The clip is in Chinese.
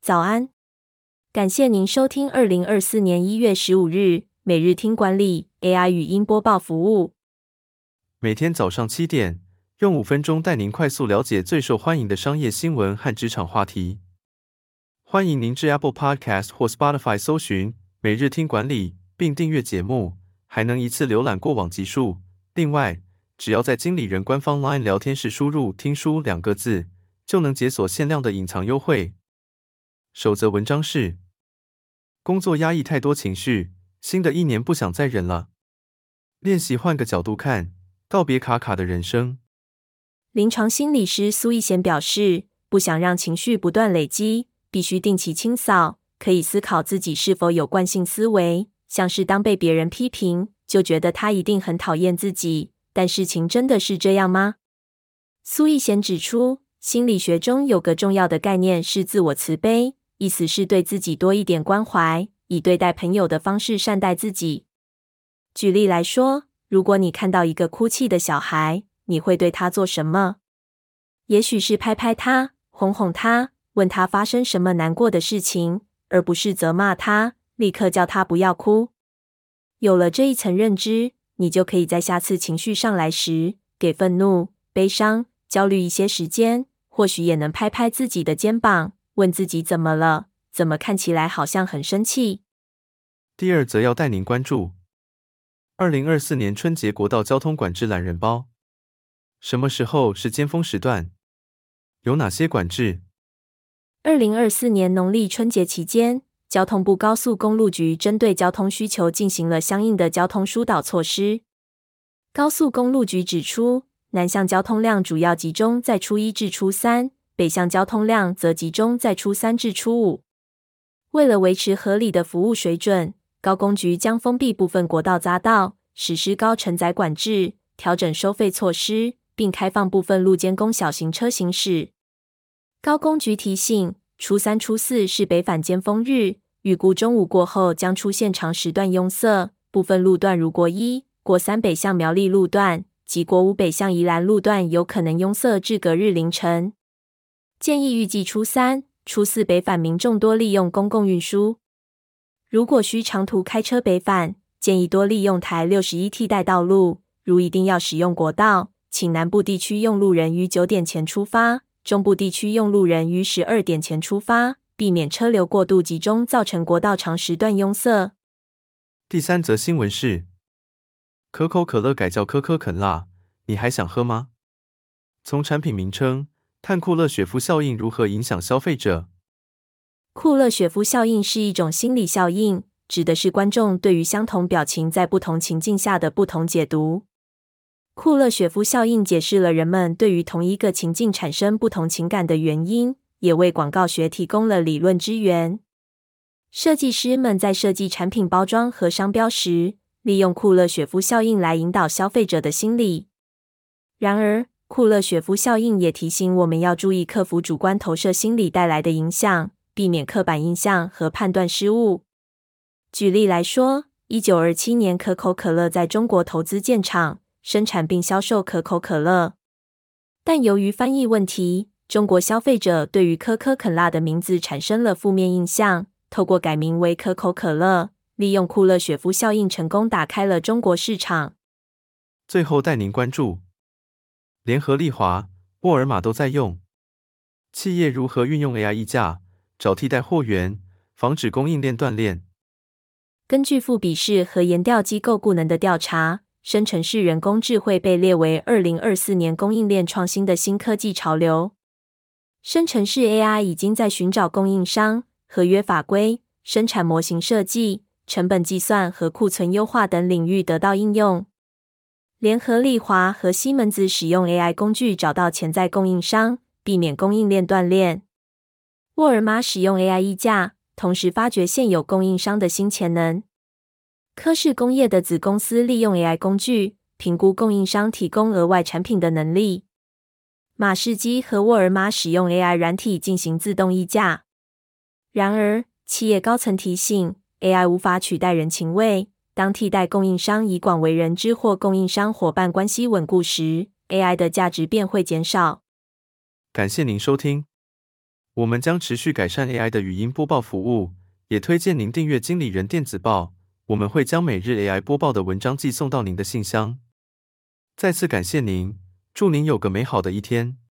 早安，感谢您收听2024年1月15日每日听管理 AI 语音播报服务。 每天早上7点，用5分钟带您快速了解最受欢迎的商业新闻和职场话题。欢迎您至 Apple Podcast 或 Spotify 搜寻每日听管理，并订阅节目，还能一次浏览过往集数。另外，只要在经理人官方 LINE 聊天室输入"听书"2个字，就能解锁限量的隐藏优惠。首则文章是：工作压抑太多情绪，新的一年不想再忍了。练习换个角度看，告别卡卡的人生。 临床心理师苏逸贤表示，不想让情绪不断累积，必须定期清扫，可以思考自己是否有惯性思维，像是当被别人批评，就觉得他一定很讨厌自己，但事情真的是这样吗？苏逸贤指出，心理学中有个重要的概念是自我慈悲，意思是对自己多一点关怀，以对待朋友的方式善待自己。举例来说，如果你看到一个哭泣的小孩，你会对他做什么？也许是拍拍他，哄哄他，问他发生什么难过的事情，而不是责骂他，立刻叫他不要哭。有了这一层认知，你就可以在下次情绪上来时，给愤怒、悲伤、焦虑一些时间，或许也能拍拍自己的肩膀，问自己怎么了，怎么看起来好像很生气。 第二则要带您关注2024年春节国道交通管制懒人包。什么时候是尖峰时段？有哪些管制 ？2024年农历春节期间，交通部高速公路局针对交通需求进行了相应的交通疏导措施。高速公路局指出，南向交通量主要集中在初1至初3，北向交通量则集中在初3至初5。为了维持合理的服务水准，高公局将封闭部分国道匝道，实施高承载管制，调整收费措施，并开放部分路间供小型车行驶。高公局提醒，初3、初4是北返尖峰日，预估中午过后将出现长时段拥塞，部分路段如国1、国3北向苗栗路段及国5北向宜兰路段有可能拥塞至隔日凌晨。建议预计初3、初4北返民众多利用公共运输。如果需长途开车北返，建议多利用台61替代道路。如一定要使用国道，请南部地区用路人于9点前出发，中部地区用路人于12点前出发，避免车流过度集中造成国道长时段拥塞。 第三则新闻是：可口可乐改叫可可肯辣，你还想喝吗？从产品名称看库勒雪夫效应如何影响消费者。 库勒雪夫效应是一种心理效应，指的是观众对于相同表情在不同情境下的不同解读。库勒雪夫效应解释了人们对于同一个情境产生不同情感的原因，也为广告学提供了理论支援。设计师们在设计产品包装和商标时，利用库勒雪夫效应来引导消费者的心理。然而，库勒雪夫效应也提醒我们要注意克服主观投射心理带来的影响，避免刻板印象和判断失误。举例来说，1927年可口可乐在中国投资建厂，生产并销售可口可乐。但由于翻译问题，中国消费者对于可可肯辣的名字产生了负面印象，透过改名为可口可乐，利用库勒雪夫效应成功打开了中国市场。 最后带您关注联合利华、沃尔玛都在用，企业如何运用 AI 议价，找替代货源，防止供应链断裂。 根据富比士和研调机构顾能的调查，生成式人工智慧被列为2024年供应链创新的新科技潮流。生成式 AI 已经在寻找供应商、合约法规、生产模型设计、成本计算和库存优化等领域得到应用。联合利华和西门子使用 AI 工具找到潜在供应商，避免供应链断裂。沃尔玛使用 AI 议价，同时发掘现有供应商的新潜能。科氏工业的子公司利用 AI 工具，评估供应商提供额外产品的能力。马士基和沃尔玛使用 AI 软体进行自动议价。然而，企业高层提醒 ，AI 无法取代人情味。当替代供应商已广为人知或供应商伙伴关系稳固时，AI 的价值便会减少。 感谢您收听。 我们将持续改善 AI 的语音播报服务，也推荐您订阅经理人电子报，我们会将每日 AI 播报的文章寄送到您的信箱。再次感谢您，祝您有个美好的一天。